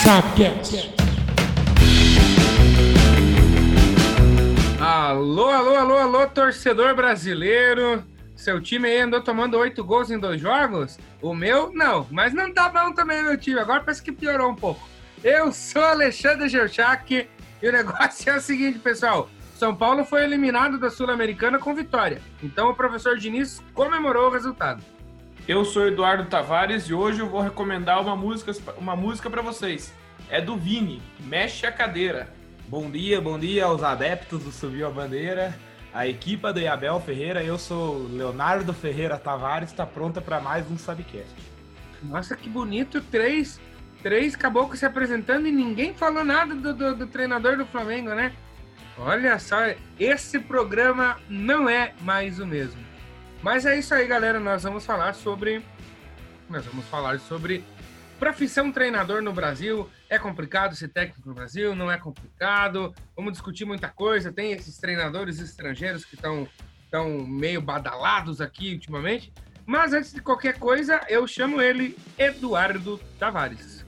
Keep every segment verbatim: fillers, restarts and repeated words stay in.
Chapcast. Alô, alô, alô, alô, torcedor brasileiro. Seu time aí andou tomando oito gols em dois jogos? O meu, não. Mas não tá bom também, meu time. Agora parece que piorou um pouco. Eu sou Alexandre Geuchac e o negócio é o seguinte, pessoal. São Paulo foi eliminado da Sul-Americana com vitória. Então o professor Diniz comemorou o resultado. Eu sou Eduardo Tavares e hoje eu vou recomendar uma música, uma música para vocês. É do Vini, Mexe a Cadeira. Bom dia, bom dia aos adeptos do Subiu a Bandeira, a equipa do Abel Ferreira. Eu sou Leonardo Ferreira Tavares, está pronta para mais um Subcast. Nossa, que bonito, três, três caboclos se apresentando e ninguém falou nada do, do, do treinador do Flamengo, né? Olha só, esse programa não é mais o mesmo. Mas é isso aí, galera, nós vamos falar sobre... Nós vamos falar sobre profissão treinador no Brasil. É complicado ser técnico no Brasil? Não é complicado? Vamos discutir muita coisa. Tem esses treinadores estrangeiros que estão estão meio badalados aqui ultimamente. Mas antes de qualquer coisa, eu chamo ele Eduardo Tavares.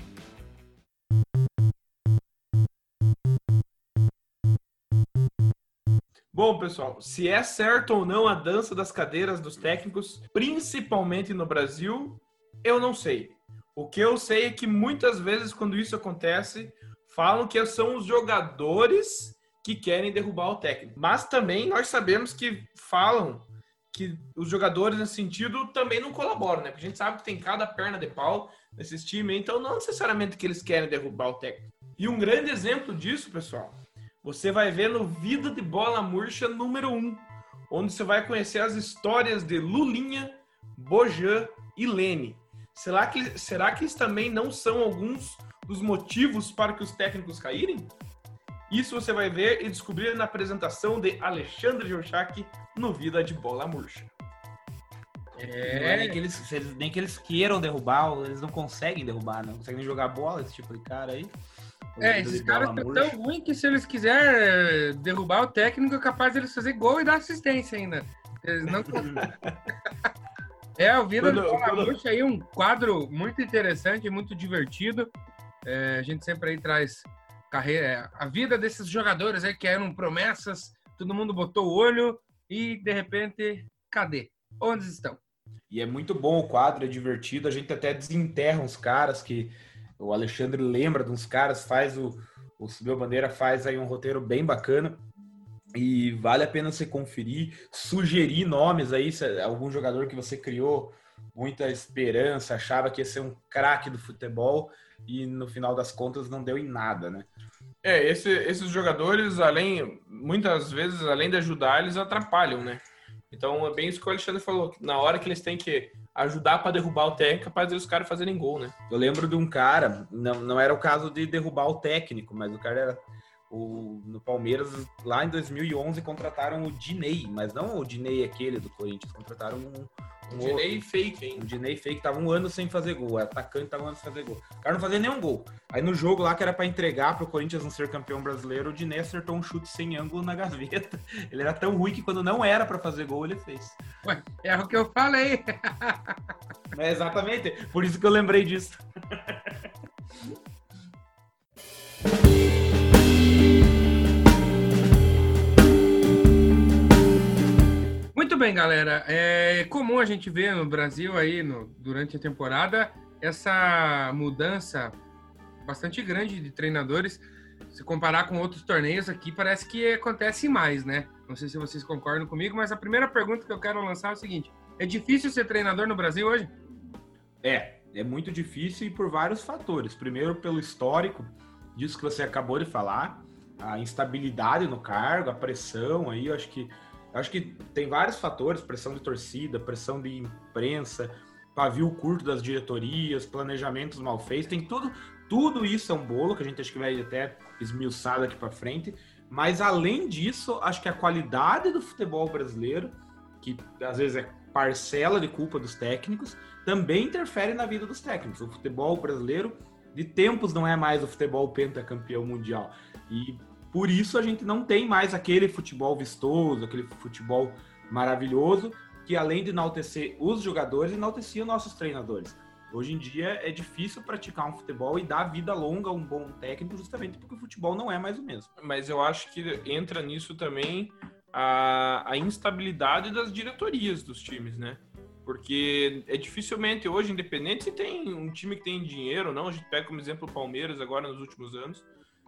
Bom, pessoal, se é certo ou não a dança das cadeiras dos técnicos, principalmente no Brasil, eu não sei. O que eu sei é que muitas vezes, quando isso acontece, falam que são os jogadores que querem derrubar o técnico. Mas também nós sabemos que falam que os jogadores, nesse sentido, também não colaboram, né? Porque a gente sabe que tem cada perna de pau nesses times, então não necessariamente que eles querem derrubar o técnico. E um grande exemplo disso, pessoal, você vai ver no Vida de Bola Murcha número um, onde você vai conhecer as histórias de Lulinha, Bojan e Lene. Será que, será que eles também não são alguns dos motivos para que os técnicos caírem? Isso você vai ver e descobrir na apresentação de Alexandre Geuchac no Vida de Bola Murcha. É. Não é nem que, eles, nem que eles queiram derrubar, eles não conseguem derrubar, não conseguem jogar bola, esse tipo de cara aí. É, esses caras estão tão ruins que se eles quiserem derrubar o técnico, é capaz de eles fazer gol e dar assistência ainda. Eles não É, o Vida do Bola Murcha aí, um quadro muito interessante, muito divertido. É, a gente sempre aí traz carreira, a vida desses jogadores aí que eram promessas, todo mundo botou o olho e, de repente, cadê? Onde estão? E é muito bom o quadro, é divertido, a gente até desenterra uns caras que o Alexandre lembra de uns caras, faz o, o Subiu a Bandeira, faz aí um roteiro bem bacana e vale a pena você conferir, sugerir nomes aí, se algum jogador que você criou muita esperança, achava que ia ser um craque do futebol e no final das contas não deu em nada, né? É, esse, esses jogadores, além, muitas vezes, além de ajudar, eles atrapalham, né? Então é bem isso que o Alexandre falou, que na hora que eles têm que ajudar para derrubar o técnico, é capaz de os caras fazerem gol, né? Eu lembro de um cara, não, não era o caso de derrubar o técnico, mas o cara era o, no Palmeiras, lá em dois mil e onze, contrataram o Diney, mas não o Diney aquele do Corinthians, contrataram um... Um Diney fake, hein? Um Diney fake, tava um ano sem fazer gol, o atacante tava um ano sem fazer gol. O cara não fazia nenhum gol. Aí no jogo lá, que era pra entregar pro Corinthians não ser campeão brasileiro, o Diney acertou um chute sem ângulo na gaveta. Ele era tão ruim que quando não era pra fazer gol, ele fez. Ué, é o que eu falei. É exatamente, por isso que eu lembrei disso. Muito bem, galera. É comum a gente ver no Brasil aí, no, durante a temporada, essa mudança bastante grande de treinadores. Se comparar com outros torneios aqui, parece que acontece mais, né? Não sei se vocês concordam comigo, mas a primeira pergunta que eu quero lançar é o seguinte: é difícil ser treinador no Brasil hoje? É, é muito difícil e por vários fatores. Primeiro, pelo histórico disso que você acabou de falar, a instabilidade no cargo, a pressão aí, eu acho que Eu acho que tem vários fatores, pressão de torcida, pressão de imprensa, pavio curto das diretorias, planejamentos mal feitos, tem tudo, tudo isso é um bolo que a gente acho que vai até esmiuçar daqui para frente, mas além disso, acho que a qualidade do futebol brasileiro, que às vezes é parcela de culpa dos técnicos, também interfere na vida dos técnicos. O futebol brasileiro, de tempos, não é mais o futebol pentacampeão mundial, e por isso a gente não tem mais aquele futebol vistoso, aquele futebol maravilhoso, que além de enaltecer os jogadores, enaltecia nossos treinadores. Hoje em dia é difícil praticar um futebol e dar vida longa a um bom técnico, justamente porque o futebol não é mais o mesmo. Mas eu acho que entra nisso também a, a instabilidade das diretorias dos times, né? Porque é dificilmente hoje, independente se tem um time que tem dinheiro ou não, a gente pega como exemplo o Palmeiras agora nos últimos anos,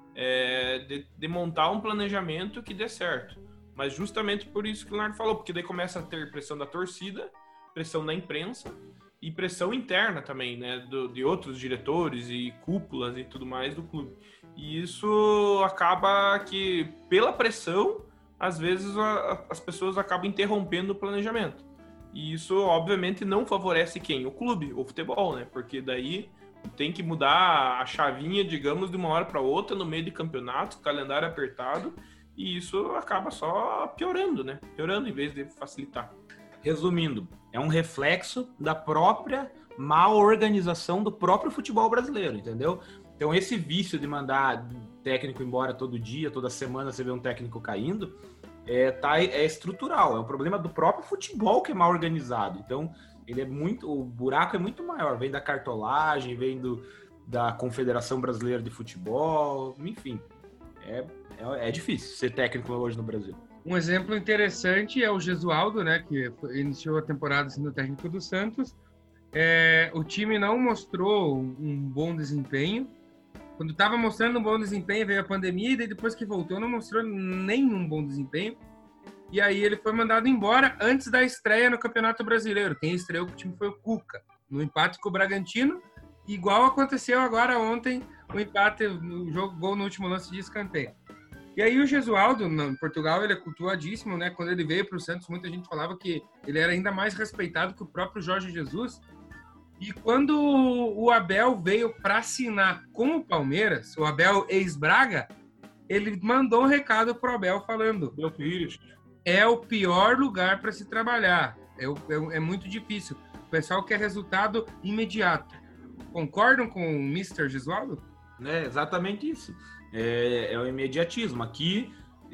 é, de, de montar um planejamento que dê certo. Mas justamente por isso que o Leonardo falou, porque daí começa a ter pressão da torcida, pressão da imprensa e pressão interna também, né, do, de outros diretores e cúpulas e tudo mais do clube. E isso acaba que, pela pressão, às vezes a, as pessoas acabam interrompendo o planejamento. E isso, obviamente, não favorece quem? O clube, o futebol, né? Porque daí tem que mudar a chavinha, digamos, de uma hora para outra, no meio de campeonato, calendário apertado, e isso acaba só piorando, né? Piorando em vez de facilitar. Resumindo, é um reflexo da própria má organização do próprio futebol brasileiro, entendeu? Então esse vício de mandar técnico embora todo dia, toda semana você vê um técnico caindo, é, tá, é estrutural, é um problema do próprio futebol que é mal organizado. Então ele é muito, o buraco é muito maior, vem da cartolagem, vem do, da Confederação Brasileira de Futebol, enfim, é, é, é difícil ser técnico hoje no Brasil. Um exemplo interessante é o Gesualdo, né, que iniciou a temporada sendo técnico do Santos. É, o time não mostrou um bom desempenho. Quando estava mostrando um bom desempenho, veio a pandemia, e depois que voltou não mostrou nenhum bom desempenho. E aí ele foi mandado embora antes da estreia no Campeonato Brasileiro. Quem estreou com o time foi o Cuca, no empate com o Bragantino, igual aconteceu agora ontem, o empate no jogo, gol no último lance de escanteio. E aí o Gesualdo, em Portugal, ele é cultuadíssimo, né? Quando ele veio para o Santos, muita gente falava que ele era ainda mais respeitado que o próprio Jorge Jesus. E quando o Abel veio para assinar com o Palmeiras, o Abel ex-Braga, ele mandou um recado pro Abel falando: Meu filho, é o pior lugar para se trabalhar, é, é, é muito difícil. O pessoal quer resultado imediato. Concordam com o mister Gesualdo? É exatamente isso. É, é o imediatismo. Aqui,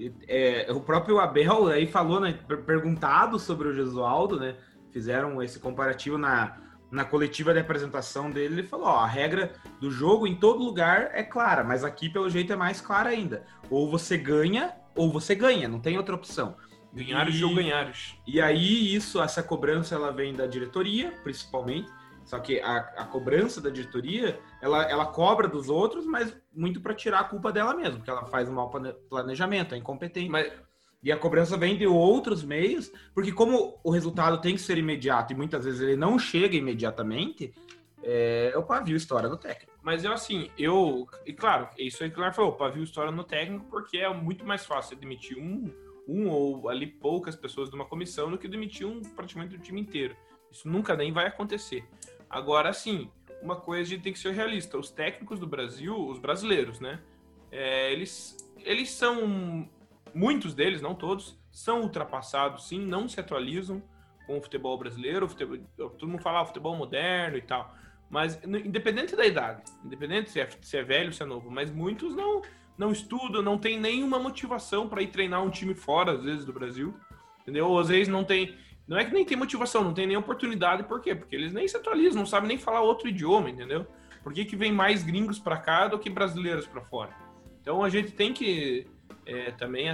é, o próprio Abel aí falou, né, perguntado sobre o Gesualdo, né, fizeram esse comparativo na, na coletiva de apresentação dele, ele falou, ó, a regra do jogo em todo lugar é clara, mas aqui, pelo jeito, é mais clara ainda. Ou você ganha, ou você ganha, não tem outra opção. Ganhares ou ganhares. E aí, isso, essa cobrança, ela vem da diretoria, principalmente. Só que a, a cobrança da diretoria, ela, ela cobra dos outros, mas muito para tirar a culpa dela mesma, porque ela faz um mau planejamento, é incompetente. Mas... E a cobrança vem de outros meios, porque como o resultado tem que ser imediato e muitas vezes ele não chega imediatamente, é o pavio história do técnico. Mas eu, assim, eu... E claro, isso aí que o Leonardo falou, pavio história no técnico, porque é muito mais fácil demitir um, um ou ali poucas pessoas de uma comissão do que demitir um, praticamente o time inteiro. Isso nunca nem vai acontecer. Agora, sim, uma coisa a gente tem que ser realista. Os técnicos do Brasil, os brasileiros, né? É, eles, eles são... Muitos deles, não todos, são ultrapassados, sim, não se atualizam com o futebol brasileiro. O futebol, todo mundo fala ah, futebol moderno e tal. Mas, independente da idade, independente se é, se é velho ou se é novo, mas muitos não, não estudam, não tem nenhuma motivação para ir treinar um time fora, às vezes, do Brasil. Entendeu? Ou às vezes não tem... Não é que nem tem motivação, não tem nem oportunidade. Por quê? Porque eles nem se atualizam, não sabem nem falar outro idioma, entendeu? Por que que vem mais gringos para cá do que brasileiros para fora? Então a gente tem que é, também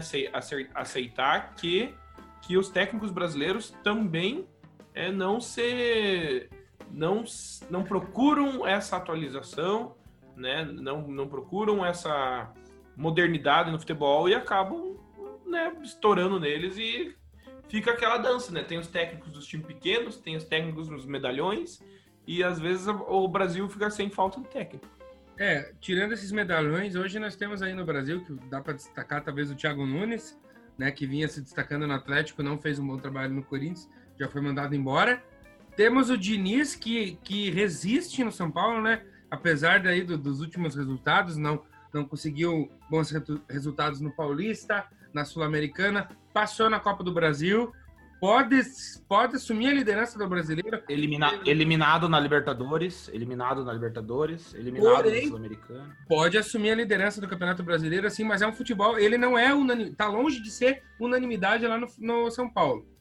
aceitar que, que os técnicos brasileiros também é, não se não, não procuram essa atualização, né? não, não procuram essa modernidade no futebol e acabam, né, estourando neles e fica aquela dança, né? Tem os técnicos dos times pequenos, tem os técnicos nos medalhões e às vezes o Brasil fica sem falta de técnico. É, tirando esses medalhões, hoje nós temos aí no Brasil, que dá para destacar talvez o Thiago Nunes, né, que vinha se destacando no Atlético, não fez um bom trabalho no Corinthians, já foi mandado embora. Temos o Diniz, que, que resiste no São Paulo, né, apesar daí do, dos últimos resultados, não, não conseguiu bons resultados no Paulista, na Sul-Americana, passou na Copa do Brasil, pode, pode assumir a liderança do brasileiro. Elimina, eliminado na Libertadores, eliminado na Libertadores, eliminado Porém, na Sul-Americana. Pode assumir a liderança do Campeonato Brasileiro, assim, mas é um futebol, ele não é unanimidade, tá longe de ser unanimidade lá no, no São Paulo.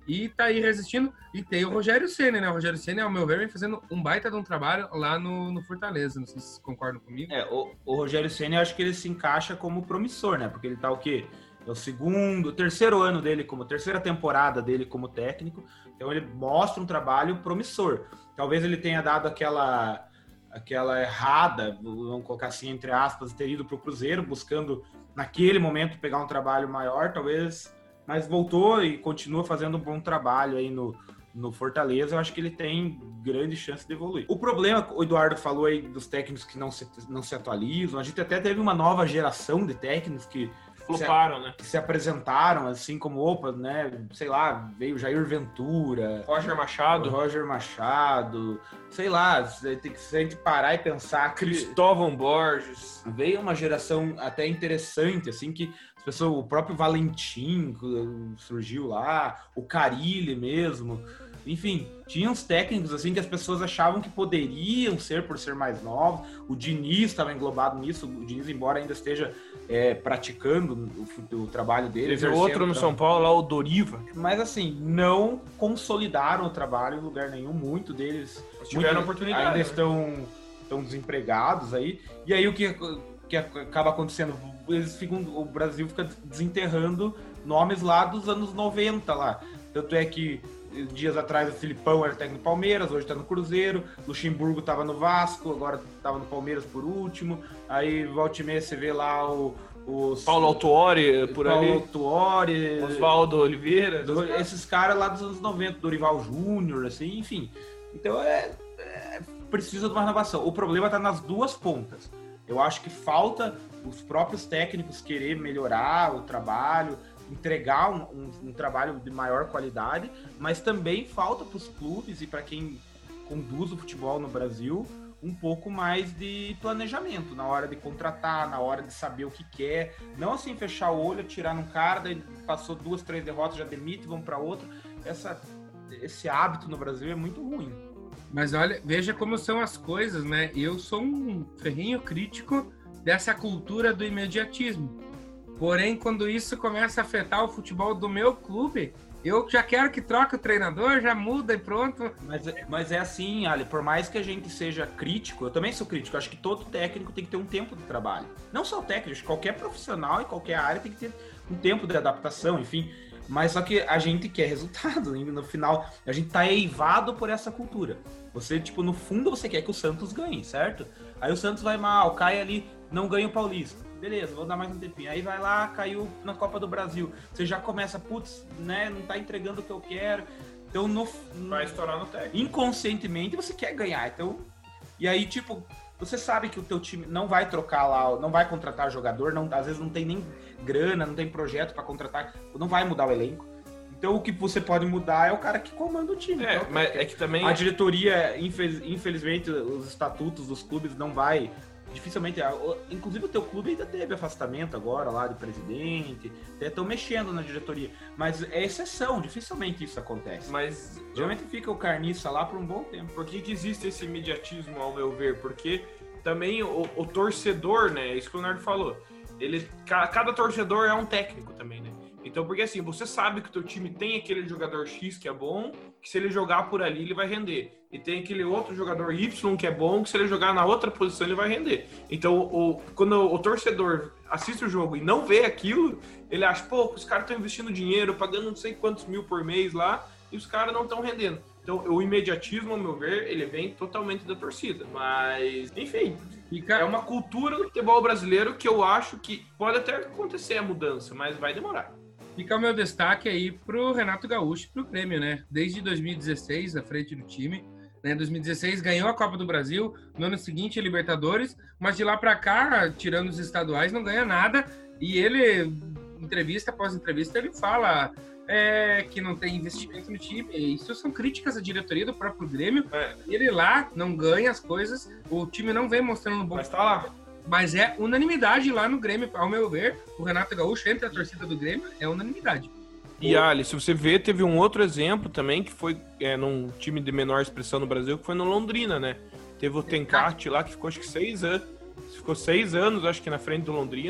e tá aí resistindo. E tem o Rogério Ceni, né? O Rogério Ceni, ao meu ver, vem fazendo um baita de um trabalho lá no, no Fortaleza. Não sei se vocês concordam comigo. É, o, o Rogério Ceni, eu acho que ele se encaixa como promissor, né? Porque ele tá o quê? É o segundo, terceiro ano dele, como terceira temporada dele como técnico. Então ele mostra um trabalho promissor. Talvez ele tenha dado aquela, aquela errada, vamos colocar assim, entre aspas, ter ido para o Cruzeiro, buscando naquele momento pegar um trabalho maior, talvez, mas voltou e continua fazendo um bom trabalho aí no, no Fortaleza. Eu acho que ele tem grande chance de evoluir. O problema, o Eduardo falou aí dos técnicos que não se, não se atualizam. A gente até teve uma nova geração de técnicos que floparam, se, né? Que se apresentaram assim como, opa, né? Sei lá, veio Jair Ventura, Roger Machado, Roger Machado, sei lá, tem que se a gente parar e pensar que Cristóvão Borges. Veio uma geração até interessante, assim, que as pessoas, o próprio Valentim surgiu lá, o Carille mesmo. Enfim, tinha uns técnicos assim que as pessoas achavam que poderiam ser por ser mais novos. O Diniz estava englobado nisso. O Diniz, embora ainda esteja é, praticando o, o trabalho dele. Teve outro no São Paulo lá, o Doriva. Mas assim, não consolidaram o trabalho em lugar nenhum. Muito deles tiveram muito, oportunidade. Ainda né? estão, estão desempregados aí. E aí o que, que acaba acontecendo? Eles ficam, o Brasil fica desenterrando nomes lá dos anos noventa lá. Tanto é que dias atrás o Filipão era técnico do Palmeiras, hoje está no Cruzeiro, Luxemburgo estava no Vasco, agora estava no Palmeiras por último, aí volta e meia você vê lá o... Os, Paulo Autuori, por Paulo ali. Autuori, Oswaldo Oliveira. do, esses caras lá dos anos noventa, Dorival Júnior, assim, enfim. Então é, é precisa de uma renovação. O problema está nas duas pontas. Eu acho que falta os próprios técnicos querer melhorar o trabalho, entregar um, um, um trabalho de maior qualidade, mas também falta para os clubes e para quem conduz o futebol no Brasil um pouco mais de planejamento na hora de contratar, na hora de saber o que quer, não assim fechar o olho, atirar num cara, daí passou duas, três derrotas, já demite, vão para outro. Essa, esse hábito no Brasil é muito ruim. Mas olha, veja como são as coisas, né? Eu sou um ferrinho crítico dessa cultura do imediatismo. Porém, quando isso começa a afetar o futebol do meu clube, eu já quero que troque o treinador, já muda e pronto. Mas, mas é assim, Ali, por mais que a gente seja crítico, eu também sou crítico, eu acho que todo técnico tem que ter um tempo de trabalho. Não só o técnico, acho que qualquer profissional em qualquer área tem que ter um tempo de adaptação, enfim. Mas só que a gente quer resultado, e no final a gente tá eivado por essa cultura. Você, tipo, no fundo você quer que o Santos ganhe, certo? Aí o Santos vai mal, cai ali, não ganha o Paulista. Beleza, vou dar mais um tempinho. Aí vai lá, caiu na Copa do Brasil. Você já começa, putz, né, não tá entregando o que eu quero. Então, no, vai estourar no técnico. Inconscientemente você quer ganhar. Então, e aí, tipo, você sabe que o teu time não vai trocar lá, não vai contratar jogador, não, às vezes não tem nem grana, não tem projeto para contratar, não vai mudar o elenco. Então, o que você pode mudar é o cara que comanda o time. É, então, mas é que também... A diretoria, infeliz, infelizmente, os estatutos dos clubes não vai... Dificilmente, inclusive o teu clube ainda teve afastamento agora lá de presidente, até estão mexendo na diretoria, mas é exceção, dificilmente isso acontece. Mas geralmente fica o carniça lá por um bom tempo. Por que que existe esse imediatismo, ao meu ver? Porque também o, o torcedor, né, isso que o Leonardo falou, ele, cada torcedor é um técnico também, né? Então, porque assim, você sabe que o teu time tem aquele jogador X que é bom, que se ele jogar por ali ele vai render. E tem aquele outro jogador Y que é bom, que se ele jogar na outra posição ele vai render. Então, o, quando o torcedor assiste o jogo e não vê aquilo, ele acha, pô, os caras estão investindo dinheiro, pagando não sei quantos mil por mês lá, e os caras não estão rendendo. Então, o imediatismo, ao meu ver, ele vem totalmente da torcida. Mas, enfim, Fica... é uma cultura do futebol brasileiro que eu acho que pode até acontecer a mudança, mas vai demorar. Fica o meu destaque aí pro Renato Gaúcho e pro Grêmio, né? Desde dois mil e dezesseis, à frente do time. Né? dois mil e dezesseis ganhou a Copa do Brasil, no ano seguinte a Libertadores, mas de lá para cá, tirando os estaduais, não ganha nada. E ele, entrevista após entrevista, ele fala é, que não tem investimento no time. E isso são críticas à diretoria do próprio Grêmio. É. Ele lá não ganha as coisas, o time não vem mostrando um bom... Mas tá lá. Mas é unanimidade lá no Grêmio, ao meu ver, o Renato Gaúcho entre a torcida do Grêmio é unanimidade. E Ali, se você vê, teve um outro exemplo também, que foi é, num time de menor expressão no Brasil, que foi no Londrina, né? Teve o Tencate lá, que ficou acho que seis anos, ficou seis anos, acho que na frente do Londrina,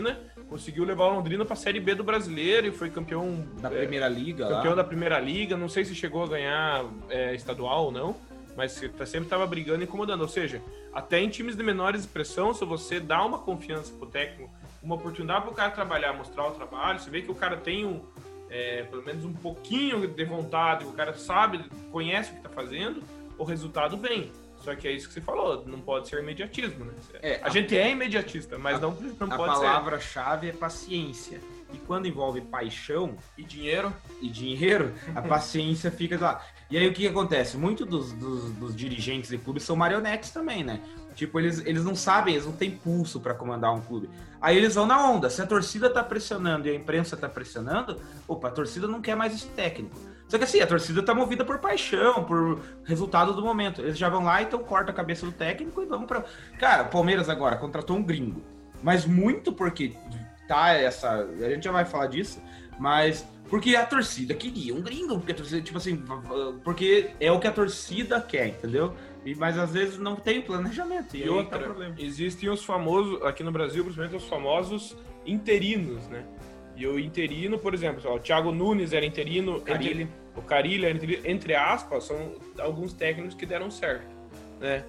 conseguiu levar o Londrina para a Série B do Brasileiro e foi campeão Da é, Primeira Liga. campeão lá. da Primeira Liga. Não sei se chegou a ganhar é, estadual ou não, mas sempre estava brigando e incomodando. Ou seja, até em times de menor expressão, se você dá uma confiança pro técnico, uma oportunidade para o cara trabalhar, mostrar o trabalho, você vê que o cara tem um, é, pelo menos um pouquinho de vontade, o cara sabe, conhece o que está fazendo, o resultado vem. Só que é isso que você falou, não pode ser imediatismo, né? É, a, a gente é imediatista, mas a, não, não a pode ser. A palavra-chave é paciência. E quando envolve paixão E dinheiro. e dinheiro, a paciência fica lá. E aí o que, que acontece? Muitos dos, dos, dos dirigentes de clubes são marionetes também, né? Tipo, eles, eles não sabem, eles não têm pulso para comandar um clube. Aí eles vão na onda. Se a torcida tá pressionando e a imprensa tá pressionando, opa, a torcida não quer mais esse técnico. Só que assim, a torcida tá movida por paixão, por resultado do momento. Eles já vão lá, então corta a cabeça do técnico e vamos pra... Cara, o Palmeiras agora contratou um gringo. Mas muito porque tá essa... A gente já vai falar disso, mas... Porque a torcida queria um gringo, porque a torcida, tipo assim, porque é o que a torcida quer, entendeu? E, mas às vezes não tem planejamento. E, E aí outra, tá o problema. existem os famosos, aqui no Brasil, principalmente os famosos interinos, né? E o interino, por exemplo, ó, o Thiago Nunes era interino, O Carille. entre, o Carille era interino, entre aspas, são alguns técnicos que deram certo, né?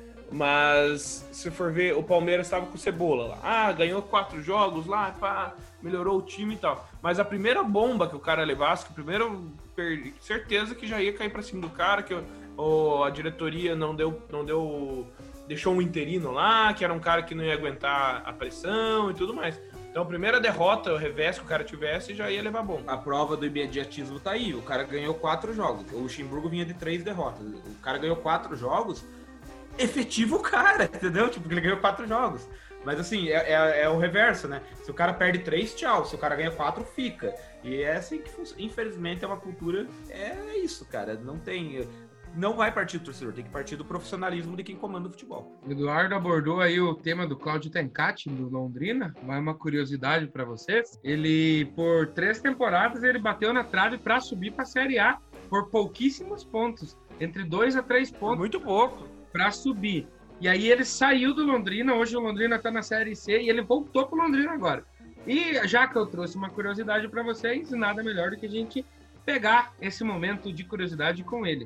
Mas, se for ver, o Palmeiras estava com o Cebola lá. Ah, ganhou quatro jogos lá, pá, melhorou o time e tal. Mas a primeira bomba que o cara levasse, que primeiro, per... certeza que já ia cair pra cima do cara, que o, a diretoria não deu, não deu, deixou um interino lá, que era um cara que não ia aguentar a pressão e tudo mais. Então, a primeira derrota, o revés que o cara tivesse, já ia levar bomba. A prova do imediatismo tá aí. O cara ganhou quatro jogos. O Luxemburgo vinha de três derrotas. O cara ganhou quatro jogos, efetivo o cara, entendeu? Tipo, ele ganhou quatro jogos. Mas assim, é, é, é o reverso, né? Se o cara perde três, tchau. Se o cara ganha quatro, fica. E é assim que funciona. Infelizmente, é uma cultura... É isso, cara. Não tem... Não vai partir do torcedor, tem que partir do profissionalismo de quem comanda o futebol. O Eduardo abordou aí o tema do Cláudio Tencati, do Londrina. Vai uma curiosidade para vocês. Ele, por três temporadas, ele bateu na trave para subir para a Série A por pouquíssimos pontos. Entre dois a três pontos. Muito pouco. Para subir. E aí ele saiu do Londrina, hoje o Londrina está na Série C e ele voltou para o Londrina agora. E já que eu trouxe uma curiosidade para vocês, nada melhor do que a gente pegar esse momento de curiosidade com ele.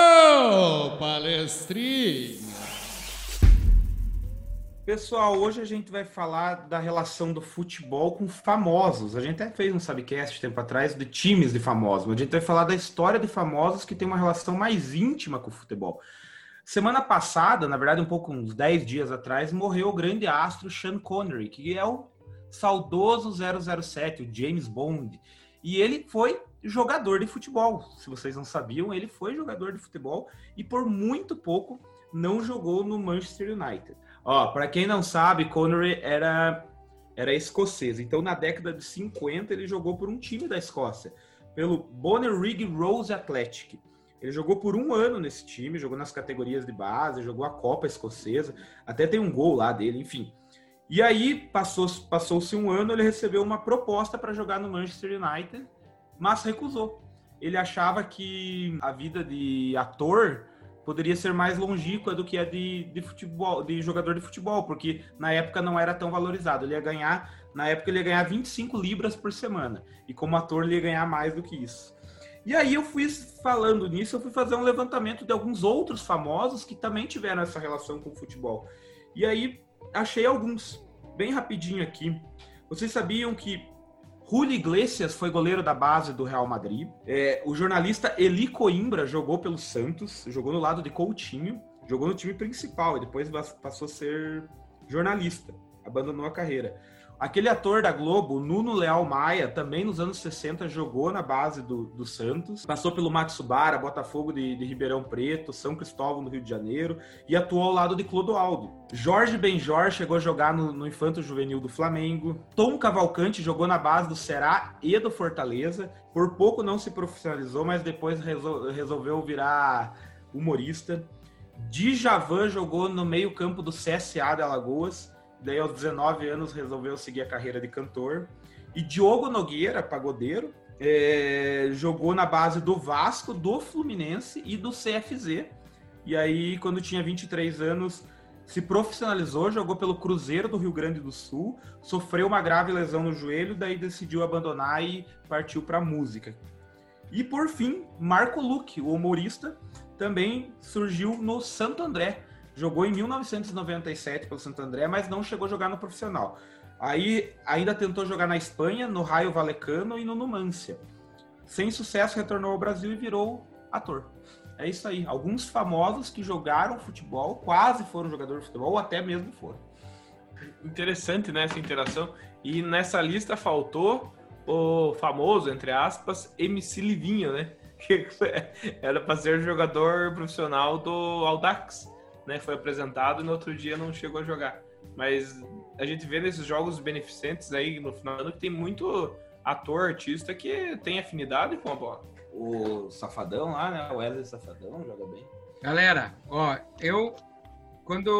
Ô, palestrinha! Pessoal, hoje a gente vai falar da relação do futebol com famosos. A gente até fez um Sabcast tempo atrás de times de famosos. A gente vai falar da história de famosos que tem uma relação mais íntima com o futebol. Semana passada, na verdade um pouco uns dez dias atrás, morreu o grande astro Sean Connery, que é o saudoso zero zero sete, o James Bond. E ele foi jogador de futebol. Se vocês não sabiam, ele foi jogador de futebol e por muito pouco não jogou no Manchester United. Ó, para quem não sabe, Connery era, era escocês. Então, na década de cinquenta, ele jogou por um time da Escócia, pelo Bonnyrigg Rose Athletic. Ele jogou por um ano nesse time, jogou nas categorias de base, jogou a Copa Escocesa, até tem um gol lá dele, enfim. E aí, passou, passou-se um ano, ele recebeu uma proposta para jogar no Manchester United, mas recusou. Ele achava que a vida de ator poderia ser mais longínqua do que a de, de, futebol, de jogador de futebol, porque na época não era tão valorizado. Ele ia ganhar, na época ele ia ganhar vinte e cinco libras por semana, e como ator ele ia ganhar mais do que isso. E aí eu fui falando nisso, eu fui fazer um levantamento de alguns outros famosos que também tiveram essa relação com o futebol. E aí achei alguns, bem rapidinho aqui. Vocês sabiam que Julio Iglesias foi goleiro da base do Real Madrid? É, o jornalista Eli Coimbra jogou pelo Santos, jogou no lado de Coutinho, jogou no time principal e depois passou a ser jornalista, abandonou a carreira. Aquele ator da Globo, Nuno Leal Maia, também nos anos sessenta jogou na base do, do Santos, passou pelo Matsubara, Botafogo de, de Ribeirão Preto, São Cristóvão do Rio de Janeiro e atuou ao lado de Clodoaldo. Jorge Benjor chegou a jogar no, no Infanto Juvenil do Flamengo. Tom Cavalcante jogou na base do Ceará e do Fortaleza. Por pouco não se profissionalizou, mas depois resol, resolveu virar humorista. Djavan jogou no meio campo do C S A de Alagoas. Daí, aos dezenove anos, resolveu seguir a carreira de cantor. E Diogo Nogueira, pagodeiro, é, jogou na base do Vasco, do Fluminense e do C F Z. E aí, quando tinha vinte e três anos, se profissionalizou, jogou pelo Cruzeiro do Rio Grande do Sul, sofreu uma grave lesão no joelho, daí decidiu abandonar e partiu para a música. E por fim, Marco Luque, o humorista, também surgiu no Santo André. Jogou em mil novecentos e noventa e sete pelo Santo André, mas não chegou a jogar no profissional. Aí ainda tentou jogar na Espanha, no Rayo Vallecano e no Numancia. Sem sucesso, retornou ao Brasil e virou ator. É isso aí. Alguns famosos que jogaram futebol, quase foram jogadores de futebol, ou até mesmo foram. Interessante, né, essa interação. E nessa lista faltou o famoso, entre aspas, M C Livinho, né? Que era para ser jogador profissional do Audax, né? Foi apresentado e no outro dia não chegou a jogar. Mas a gente vê nesses jogos beneficentes aí no final do ano que tem muito ator, artista que tem afinidade com a bola. O Safadão lá, né? O Wesley Safadão joga bem. Galera, ó, eu... Quando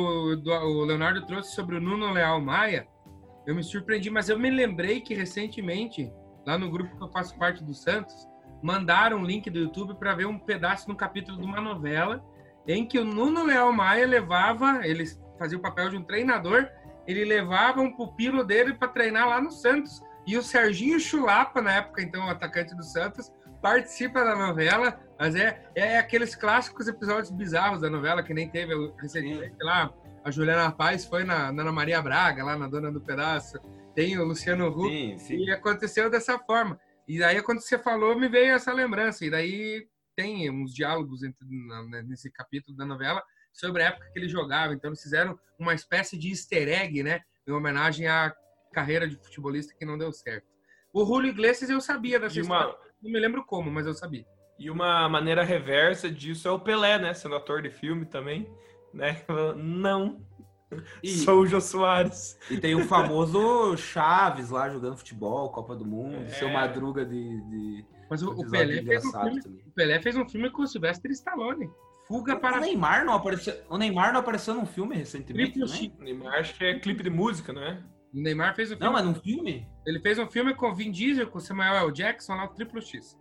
o Leonardo trouxe sobre o Nuno Leal Maia, eu me surpreendi, mas eu me lembrei que recentemente, lá no grupo que eu faço parte do Santos, mandaram um link do YouTube para ver um pedaço de um capítulo de uma novela em que o Nuno Leal Maia levava, ele fazia o papel de um treinador, ele levava um pupilo dele para treinar lá no Santos. E o Serginho Chulapa, na época, então, o atacante do Santos, participa da novela, mas é, é aqueles clássicos episódios bizarros da novela, que nem teve recentemente lá, a Juliana Paz foi na, na Ana Maria Braga, lá na Dona do Pedaço, tem o Luciano Huck, sim, sim. E aconteceu dessa forma. E daí, quando você falou, me veio essa lembrança, e daí tem uns diálogos entre, na, nesse capítulo da novela sobre a época que ele jogava, então eles fizeram uma espécie de easter egg, né, em homenagem à carreira de futebolista que não deu certo. O Julio Iglesias eu sabia dessa e história, uma... não me lembro como, mas eu sabia. E uma maneira reversa disso é o Pelé, né, sendo ator de filme também, né, não, e... sou o Jô Soares. E tem o famoso Chaves lá jogando futebol, Copa do Mundo, é... seu Madruga de... de... Mas o, o, Pelé fez um filme, o Pelé fez um filme com o Sylvester Stallone. Fuga para... O Neymar não apareceu, o Neymar não apareceu num filme recentemente, né? O Neymar acho que é clipe de música, não é? O Neymar fez um filme... Não, mas num filme? Ele fez um filme com o Vin Diesel, com o Samuel L. Jackson, lá o Triplo X.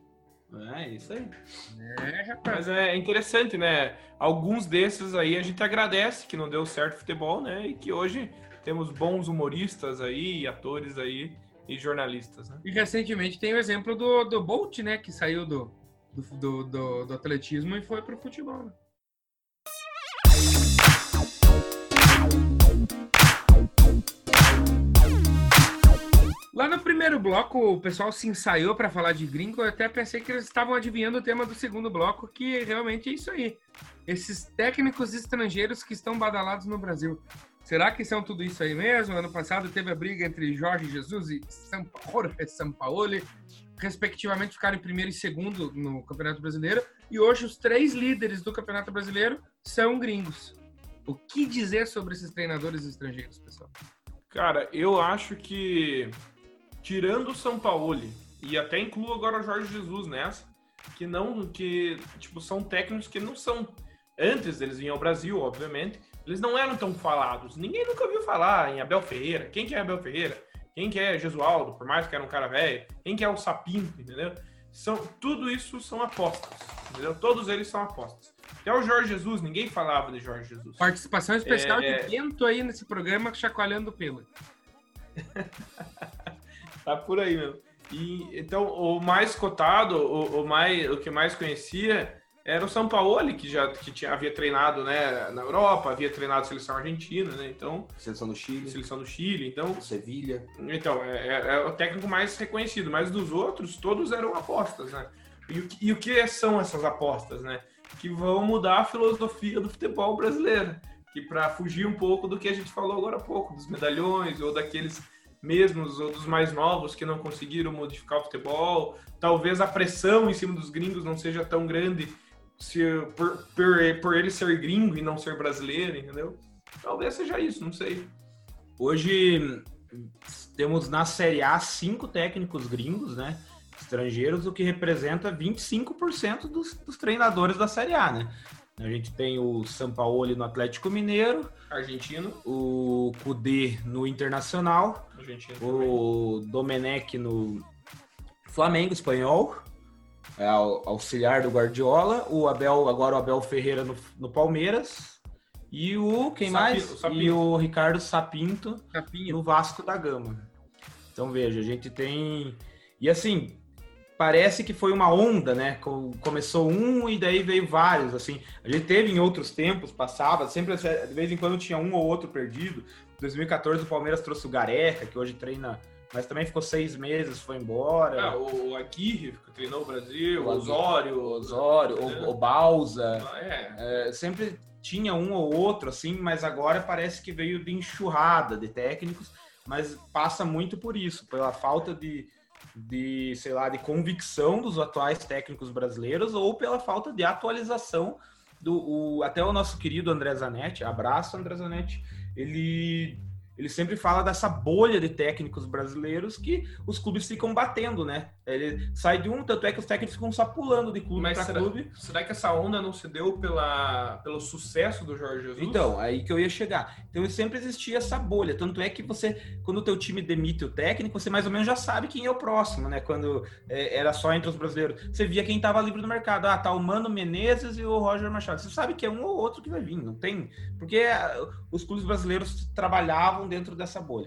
É, isso aí. É, rapaz. Mas é interessante, né? Alguns desses aí a gente agradece que não deu certo futebol, né? E que hoje temos bons humoristas aí, atores aí e jornalistas, né? E recentemente tem o exemplo do, do Bolt, né? Que saiu do, do, do, do, do atletismo e foi pro futebol, né? Lá no primeiro bloco, o pessoal se ensaiou para falar de gringo. Eu até pensei que eles estavam adivinhando o tema do segundo bloco, que realmente é isso aí. Esses técnicos estrangeiros que estão badalados no Brasil. Será que são tudo isso aí mesmo? Ano passado teve a briga entre Jorge Jesus e Jorge Sampaoli, respectivamente ficaram em primeiro e segundo no Campeonato Brasileiro. E hoje os três líderes do Campeonato Brasileiro são gringos. O que dizer sobre esses treinadores estrangeiros, pessoal? Cara, eu acho que... tirando o Sampaoli, e até incluo agora o Jorge Jesus nessa, que não, que, tipo, são técnicos que não são, antes eles vinham ao Brasil, obviamente, eles não eram tão falados, ninguém nunca ouviu falar em Abel Ferreira, quem que é Abel Ferreira, quem que é Gesualdo, por mais que era um cara velho, quem que é o Sapinto, entendeu? São, tudo isso são apostas, entendeu? Todos eles são apostas. Até o Jorge Jesus, ninguém falava de Jorge Jesus. Participação especial é... de Bento aí nesse programa, chacoalhando o pelo. Tá por aí mesmo. E, então, o mais cotado, o, o, mais, o que mais conhecia era o Sampaoli, que já que tinha, havia treinado, né, na Europa, havia treinado a seleção argentina, né? Então, seleção do Chile. Seleção do Chile, então... Sevilha. Então, é, é, é o técnico mais reconhecido, mas dos outros, todos eram apostas, né? E o, e o que são essas apostas, né? Que vão mudar a filosofia do futebol brasileiro. Que para fugir um pouco do que a gente falou agora há pouco, dos medalhões ou daqueles... mesmos ou dos mais novos que não conseguiram modificar o futebol, talvez a pressão em cima dos gringos não seja tão grande se, por, por, por ele ser gringo e não ser brasileiro, entendeu? Talvez seja isso, não sei. Hoje temos na Série A cinco técnicos gringos, né, estrangeiros, o que representa vinte e cinco por cento dos, dos treinadores da Série A, né? A gente tem o Sampaoli no Atlético Mineiro, argentino, o Cudê no Internacional, argentino o também. Domenech no Flamengo, espanhol, é auxiliar do Guardiola, o Abel, agora o Abel Ferreira no, no Palmeiras, E o, quem Sapi- mais? o Sapinto. E o Ricardo Sapinto Capinha. no Vasco da Gama. Então, veja, a gente tem... E assim, parece que foi uma onda, né? Co- Começou um e daí veio vários, assim. A gente teve em outros tempos, passava, sempre, de vez em quando tinha um ou outro perdido. Em dois mil e quatorze o Palmeiras trouxe o Gareca, que hoje treina, mas também ficou seis meses, foi embora. Ah, o Aguirre que treinou o Brasil, O o Osório. O Osório, o, o Balsa. É. É, sempre tinha um ou outro, assim, mas agora parece que veio de enxurrada de técnicos, mas passa muito por isso, pela falta de, de, sei lá, de convicção dos atuais técnicos brasileiros ou pela falta de atualização do... O, até o nosso querido André Zanetti, abraço André Zanetti, ele... Ele sempre fala dessa bolha de técnicos brasileiros que os clubes ficam batendo, né? Ele sai de um, tanto é que os técnicos ficam só pulando de clube Mas para será, clube. será que essa onda não se deu pela, pelo sucesso do Jorge Jesus? Então, aí que eu ia chegar. Então, sempre existia essa bolha. Tanto é que você, quando o teu time demite o técnico, você mais ou menos já sabe quem é o próximo, né? Quando é, era só entre os brasileiros. Você via quem estava livre no mercado. Ah, tá o Mano Menezes e o Roger Machado. Você sabe que é um ou outro que vai vir, não tem... Porque ah, os clubes brasileiros trabalhavam dentro dessa bolha.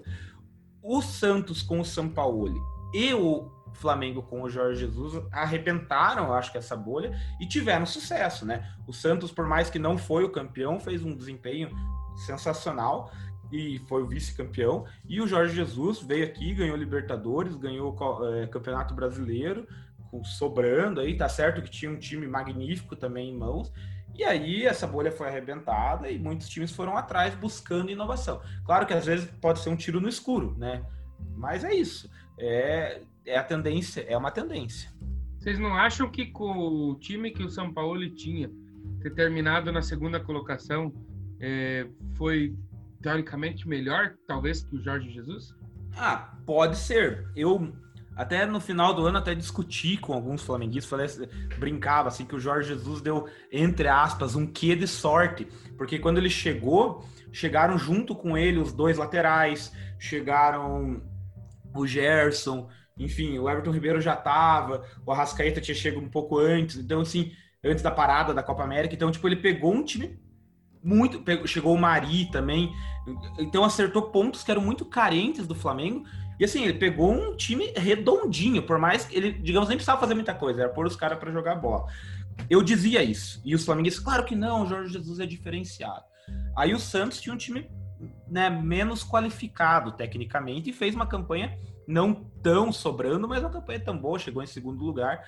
O Santos com o Sampaoli e o Flamengo com o Jorge Jesus arrebentaram, eu acho que essa bolha, e tiveram sucesso, né? O Santos, por mais que não foi o campeão, fez um desempenho sensacional e foi o vice-campeão, e o Jorge Jesus veio aqui, ganhou Libertadores, ganhou é, Campeonato Brasileiro, com, sobrando aí, tá certo que tinha um time magnífico também em mãos, e aí essa bolha foi arrebentada e muitos times foram atrás buscando inovação. Claro que às vezes pode ser um tiro no escuro, né? Mas é isso, é... É a tendência, é uma tendência. Vocês não acham que com o time que o São Paulo tinha, ter terminado na segunda colocação, é, foi teoricamente melhor, talvez, que o Jorge Jesus? Ah, pode ser. Eu até no final do ano até discuti com alguns flamenguistas, falei, brincava assim que o Jorge Jesus deu, entre aspas, um quê de sorte, porque quando ele chegou, chegaram junto com ele os dois laterais, chegaram o Gerson, enfim, o Everton Ribeiro já tava, o Arrascaeta tinha chegado um pouco antes, então assim, antes da parada da Copa América, então tipo, ele pegou um time muito, pegou, chegou o Mari também, então acertou pontos que eram muito carentes do Flamengo, e assim, ele pegou um time redondinho, por mais que ele, digamos, nem precisava fazer muita coisa, era pôr os caras para jogar bola. Eu dizia isso, e os flamenguistas, claro que não, o Jorge Jesus é diferenciado. Aí o Santos tinha um time, né, menos qualificado tecnicamente e fez uma campanha não tão sobrando, mas uma campanha tão boa, chegou em segundo lugar.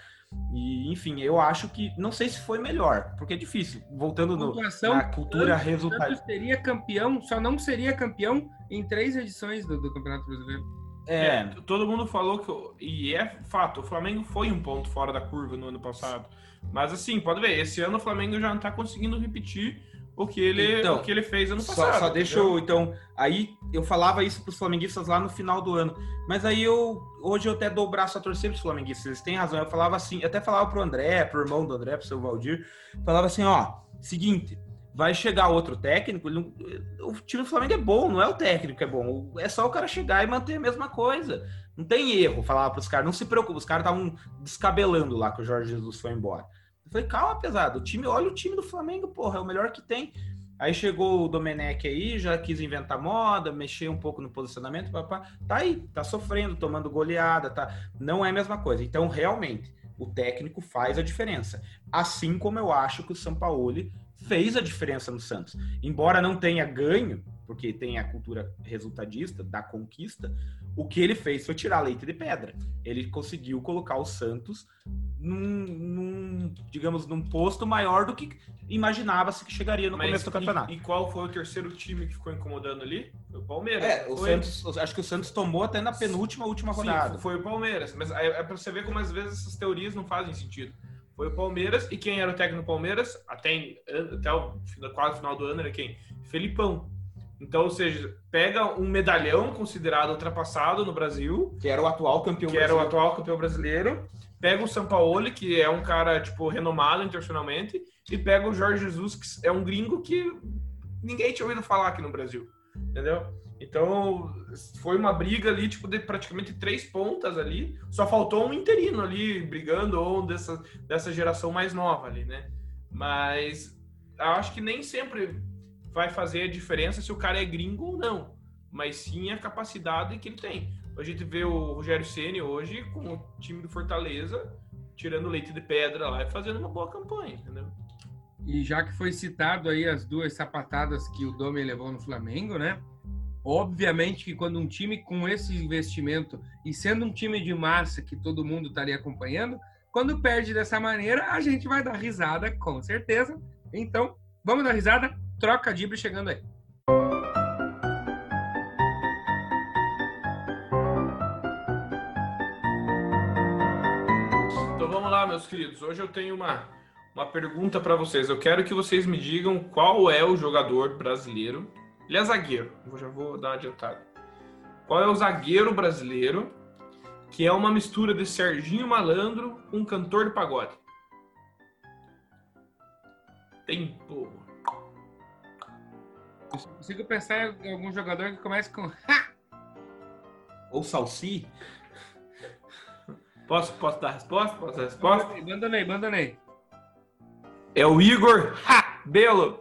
E, enfim, eu acho que, não sei se foi melhor, porque é difícil. Voltando no, na cultura resultado. Santos seria campeão, só não seria campeão em três edições do, do Campeonato Brasileiro. É, É, todo mundo falou que, e é fato, o Flamengo foi um ponto fora da curva no ano passado. Mas assim, pode ver, esse ano o Flamengo já não tá conseguindo repetir o que ele, então, o que ele fez ano só, passado. Só deixa eu, então, aí eu falava isso pros flamenguistas lá no final do ano, mas aí eu, hoje eu até dou o braço a torcer pros flamenguistas, eles têm razão, eu falava assim, eu até falava pro André, pro irmão do André, pro seu Valdir, falava assim, ó, seguinte, vai chegar outro técnico, ele não, o time do Flamengo é bom, não é o técnico que é bom, é só o cara chegar e manter a mesma coisa, não tem erro, falava pros caras, não se preocupe, os caras estavam descabelando lá que o Jorge Jesus foi embora. Eu falei, calma, pesado, o time, olha o time do Flamengo, porra, é o melhor que tem. Aí chegou o Domenech aí, já quis inventar moda, mexer um pouco no posicionamento, papá, tá aí, tá sofrendo, tomando goleada, tá? Não é a mesma coisa. Então, realmente, o técnico faz a diferença. Assim como eu acho que o Sampaoli fez a diferença no Santos. Embora não tenha ganho, porque tem a cultura resultadista da conquista, o que ele fez foi tirar leite de pedra. Ele conseguiu colocar o Santos num, num digamos, num posto maior do que imaginava-se que chegaria no Mas começo do campeonato. E, e qual foi o terceiro time que ficou incomodando ali? Foi o Palmeiras. É, o foi... Santos, acho que o Santos tomou até na penúltima, última rodada. Sim, foi o Palmeiras. Mas é, é pra você ver como às vezes essas teorias não fazem sentido. Foi o Palmeiras, e quem era o técnico do Palmeiras, até, até o quase final do ano, era quem? Felipão. Então, ou seja, pega um medalhão considerado ultrapassado no Brasil, que era o atual campeão que brasileiro. era o atual campeão brasileiro, pega o Sampaoli, que é um cara, tipo, renomado internacionalmente, e pega o Jorge Jesus, que é um gringo que ninguém tinha ouvido falar aqui no Brasil, entendeu? Então, foi uma briga ali, tipo, de praticamente três pontas ali. Só faltou um interino ali, brigando, ou dessa, dessa geração mais nova ali, né? Mas, eu acho que nem sempre vai fazer a diferença se o cara é gringo ou não, mas sim a capacidade que ele tem. A gente vê o Rogério Ceni hoje com o time do Fortaleza tirando leite de pedra lá e fazendo uma boa campanha, entendeu? E já que foi citado aí as duas sapatadas que o Domi levou no Flamengo, né? Obviamente que quando um time com esse investimento e sendo um time de massa que todo mundo estaria acompanhando, quando perde dessa maneira, a gente vai dar risada, com certeza. Então, vamos dar risada, troca de Ibra chegando aí. Então vamos lá, meus queridos. Hoje eu tenho uma, uma pergunta para vocês. Eu quero que vocês me digam qual é o jogador brasileiro. Ele é zagueiro. Eu já vou dar uma adiantada. Qual é o zagueiro brasileiro que é uma mistura de Serginho Malandro com um cantor de pagode? Tempo. Eu só consigo pensar em algum jogador que comece com... Ou Salsi? Posso, posso dar a resposta? Posso dar a resposta? Abandonei, abandonei. É o Igor ha, Belo.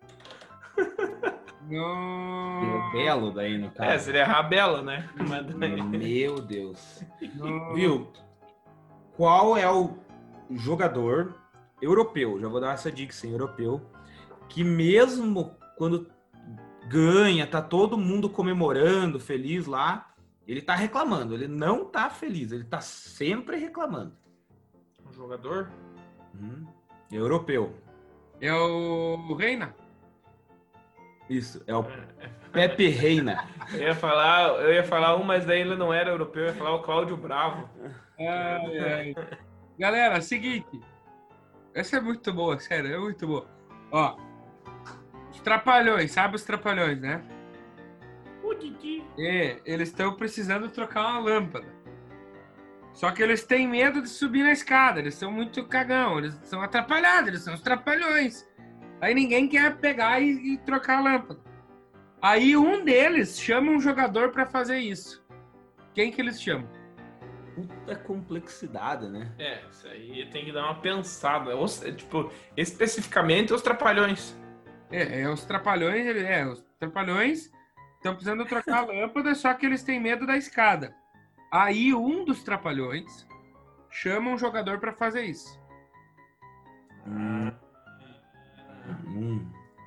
No... Belo daí, no É, caso. seria Rabela, né? Mas daí- Meu Deus. no... Viu? Qual é o jogador europeu, já vou dar essa dica, sim, europeu, que mesmo quando ganha, tá todo mundo comemorando, feliz lá, ele tá reclamando, ele não tá feliz, ele tá sempre reclamando. Um jogador? Hum, europeu. É o Reina? Isso, é o Pepe Reina. Eu ia falar, eu ia falar um, mas daí ele não era europeu, eu ia falar o Cláudio Bravo. Ai, ai. Galera, seguinte. Essa é muito boa, sério, é muito boa. Ó, os Trapalhões, sabe os Trapalhões, né? O Didi. É, eles estão precisando trocar uma lâmpada. Só que eles têm medo de subir na escada, eles são muito cagão, eles são atrapalhados, eles são os Trapalhões. Aí ninguém quer pegar e, e trocar a lâmpada. Aí um deles chama um jogador para fazer isso. Quem que eles chamam? Puta complexidade, né? É, isso aí tem que dar uma pensada. Ou, se- tipo, especificamente os Trapalhões. É, é os Trapalhões, ele- é, os Trapalhões estão precisando trocar a lâmpada, só que eles têm medo da escada. Aí um dos Trapalhões chama um jogador para fazer isso. Hum. Hum.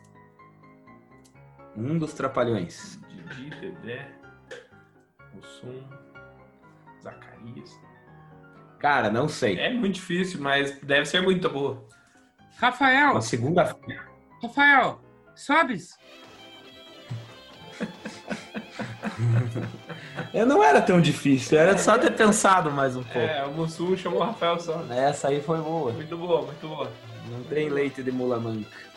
Um dos Trapalhões. Didi, Dedé, Mussum, Zacarias. Cara, não sei. É muito difícil, mas deve ser muito boa. Rafael, Uma segunda-feira. Rafael, sobes? Eu não era tão difícil, era só ter pensado mais um pouco. É, o Mussum chamou o Rafael só. Essa aí foi boa. Muito boa, muito boa. Não tem leite de mula manca.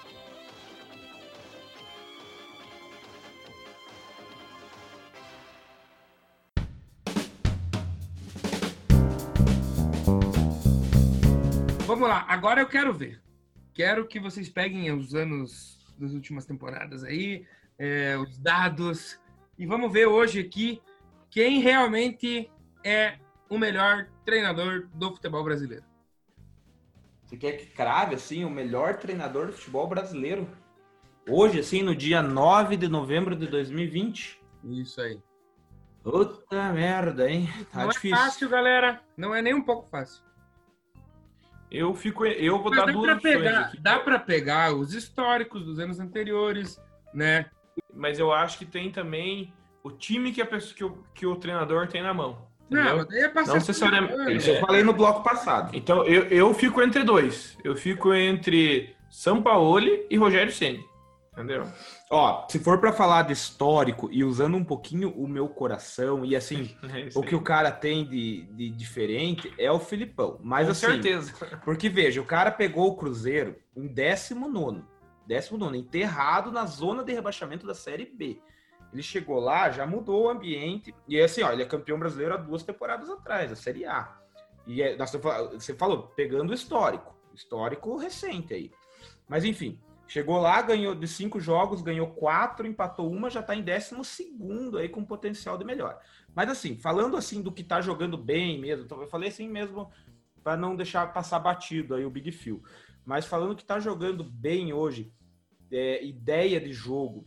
Vamos lá, agora eu quero ver. Quero que vocês peguem os anos das últimas temporadas aí, é, os dados, e vamos ver hoje aqui quem realmente é o melhor treinador do futebol brasileiro. Você quer que crave, assim, o melhor treinador do futebol brasileiro? Hoje, assim, no dia nove de novembro de dois mil e vinte? Isso aí. Puta merda, hein? Tá Não difícil. é fácil, galera. Não é nem um pouco fácil. Eu fico, eu vou Mas dar dá duas pra opções pegar, aqui. dá pra pegar os históricos dos anos anteriores, né? Mas eu acho que tem também o time que, a pessoa, que, o, que o treinador tem na mão. Não, Entendeu? mas daí é pra Não ser necessariamente- fulano. Isso eu falei no bloco passado. Então, eu, eu fico entre dois. Eu fico entre Sampaoli e Rogério Ceni. Entendeu? Ó, se for pra falar de histórico e usando um pouquinho o meu coração e, assim, É isso o aí. que o cara tem de, de diferente é o Filipão. Mas, Com assim, certeza. porque, veja, o cara pegou o Cruzeiro em décimo nono. décimo nono, enterrado na zona de rebaixamento da Série B. Ele chegou lá, já mudou o ambiente. E assim, ó, ele é campeão brasileiro há duas temporadas atrás, a Série A. E é, nós estamos falando- você falou, pegando o histórico. Histórico recente aí. Mas enfim, chegou lá, ganhou de cinco jogos, ganhou quatro, empatou uma, já está em décimo segundo aí com potencial de melhor. Mas assim, falando assim do que tá jogando bem mesmo, então eu falei assim mesmo para não deixar passar batido aí o Big Phil. Mas falando que tá jogando bem hoje, é, ideia de jogo,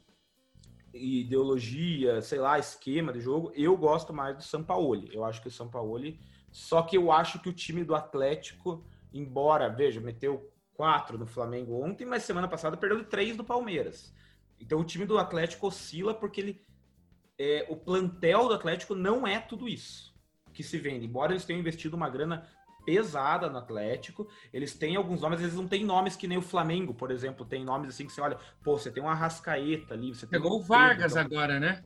ideologia, sei lá, esquema de jogo, eu gosto mais do Sampaoli. Eu acho que o Sampaoli... Só que eu acho que o time do Atlético, embora, veja, meteu quatro no Flamengo ontem, mas semana passada perdeu três do Palmeiras. Então o time do Atlético oscila porque ele, é, o plantel do Atlético não é tudo isso que se vende. Embora eles tenham investido uma grana pesada no Atlético, eles têm alguns nomes, eles não têm nomes que nem o Flamengo, por exemplo, tem nomes assim que você olha, pô, você tem um Arrascaeta ali, você tem Pegou um o Vargas então... agora, né?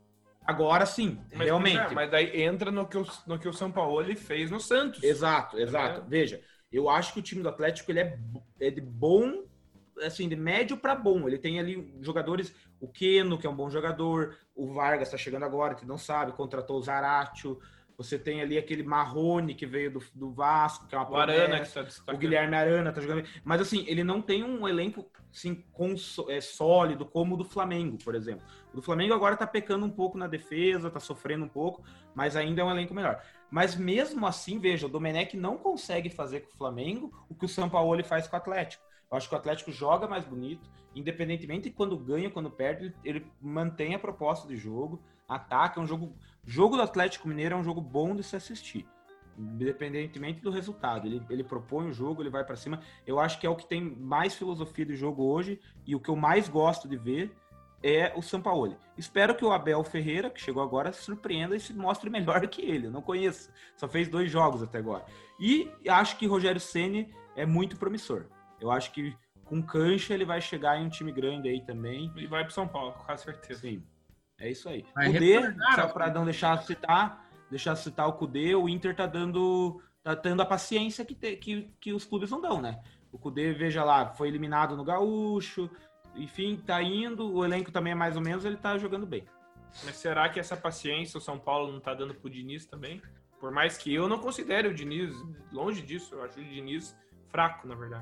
Agora sim, mas, realmente. É, mas daí entra no que o, no que o Sampaoli fez no Santos. Exato, exato. É. Veja, eu acho que o time do Atlético ele é, é de bom, assim, de médio para bom. Ele tem ali jogadores, o Keno, que é um bom jogador, o Vargas está chegando agora, que não sabe, contratou o Zaratio. Você tem ali aquele Marrone que veio do, do Vasco, que é uma o Arana, que tá destacando. O Guilherme Arana tá jogando. Mas assim, ele não tem um elenco assim, cons, é, sólido como o do Flamengo, por exemplo. O do Flamengo agora tá pecando um pouco na defesa, tá sofrendo um pouco, mas ainda é um elenco melhor. Mas mesmo assim, veja, o Domenech não consegue fazer com o Flamengo o que o Sampaoli faz com o Atlético. Eu acho que o Atlético joga mais bonito, independentemente de quando ganha, quando perde, ele mantém a proposta de jogo, ataca, é um jogo... jogo do Atlético Mineiro é um jogo bom de se assistir, independentemente do resultado. Ele, ele propõe o jogo, ele vai para cima. Eu acho que é o que tem mais filosofia de jogo hoje e o que eu mais gosto de ver é o Sampaoli. Espero que o Abel Ferreira, que chegou agora, se surpreenda e se mostre melhor que ele. Eu não conheço, só fez dois jogos até agora. E acho que Rogério Ceni é muito promissor. Eu acho que com cancha ele vai chegar em um time grande aí também. E vai para São Paulo, com certeza. Sim. É isso aí. Vai Cudê, só para não deixar de citar, deixar de citar o Cudê, o Inter tá dando, tá tendo a paciência que, te, que, que os clubes não dão, né? O Cudê, veja lá, foi eliminado no Gaúcho, enfim, tá indo, o elenco também é mais ou menos, ele tá jogando bem. Mas será que essa paciência o São Paulo não tá dando pro Diniz também? Por mais que eu não considere o Diniz, longe disso, eu acho o Diniz fraco, na verdade.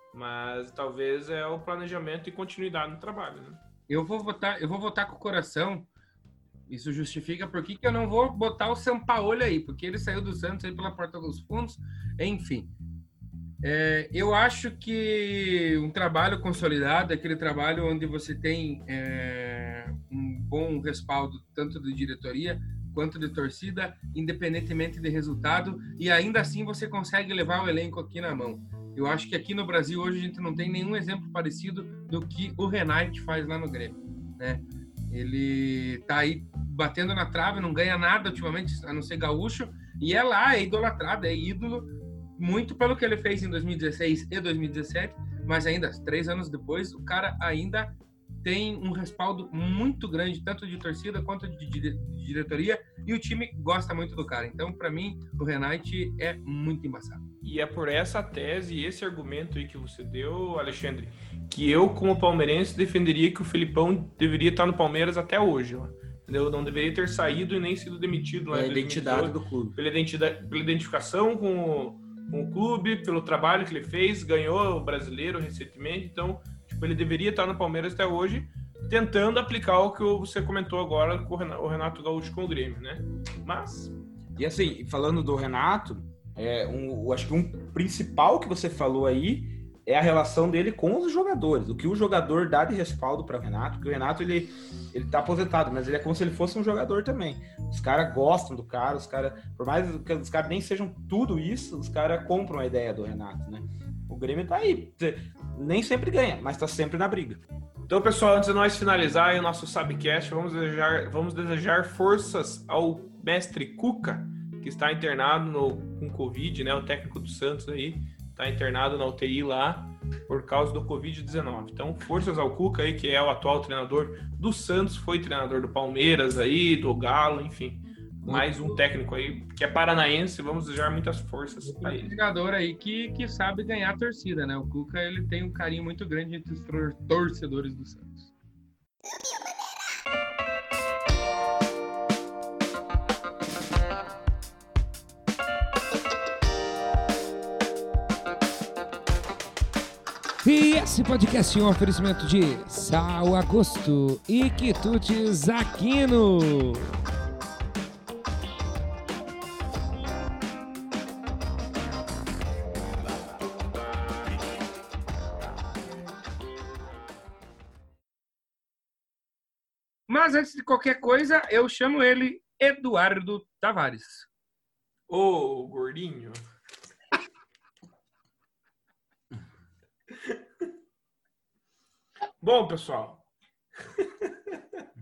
Mas talvez é o planejamento e continuidade no trabalho, né? Eu vou votar, eu vou votar com o coração. Isso justifica por que que eu não vou botar o Sampaoli aí, porque ele saiu do Santos aí pela porta dos fundos. Enfim, é, eu acho que um trabalho consolidado é aquele trabalho onde você tem é, um bom respaldo tanto de diretoria quanto de torcida, independentemente de resultado, e ainda assim você consegue levar o elenco aqui na mão. Eu acho que aqui no Brasil hoje a gente não tem nenhum exemplo parecido do que o Renate faz lá no Grêmio, né? Ele tá aí batendo na trave, não ganha nada ultimamente, a não ser gaúcho, e é lá, é idolatrado, é ídolo, muito pelo que ele fez em dois mil e dezesseis e dois mil e dezessete, mas ainda, três anos depois, o cara ainda tem um respaldo muito grande, tanto de torcida quanto de, de, de diretoria, e o time gosta muito do cara. Então, para mim, o Renate é muito embaçado. E é por essa tese e esse argumento aí que você deu, Alexandre, que eu, como palmeirense, defenderia que o Felipão deveria estar no Palmeiras até hoje, ó. Entendeu? Não deveria ter saído e nem sido demitido lá. É a identidade do clube. Pela, identidade, pela identificação com o, com o clube, pelo trabalho que ele fez, ganhou o brasileiro recentemente, então... Tipo, ele deveria estar no Palmeiras até hoje, tentando aplicar o que você comentou agora com o Renato Gaúcho com o Grêmio, né? Mas... E assim, falando do Renato, é, um, acho que um principal que você falou aí é a relação dele com os jogadores. O que o jogador dá de respaldo para o Renato, porque o Renato, ele, ele tá aposentado, mas ele é como se ele fosse um jogador também. Os caras gostam do cara, os caras, por mais que os caras nem sejam tudo isso, os caras compram a ideia do Renato, né? O Grêmio tá aí. Nem sempre ganha, mas tá sempre na briga. Então, pessoal, antes de nós finalizar aí o nosso Sabcast, vamos desejar, vamos desejar forças ao mestre Cuca, que está internado no, com Covid, né? O técnico do Santos aí está internado na U T I lá por causa do covid dezenove. Então, forças ao Cuca aí, que é o atual treinador do Santos, foi treinador do Palmeiras aí, do Galo, enfim. Mais um técnico aí, que é paranaense, vamos desejar muitas forças para ele. Um jogador aí que, que sabe ganhar a torcida, né? O Cuca, ele tem um carinho muito grande entre os torcedores do Santos. E esse podcast é um oferecimento de Sal Agosto e Quitutes Aquino. Mas antes de qualquer coisa, eu chamo ele Eduardo Tavares. Ô, gordinho. Bom, pessoal.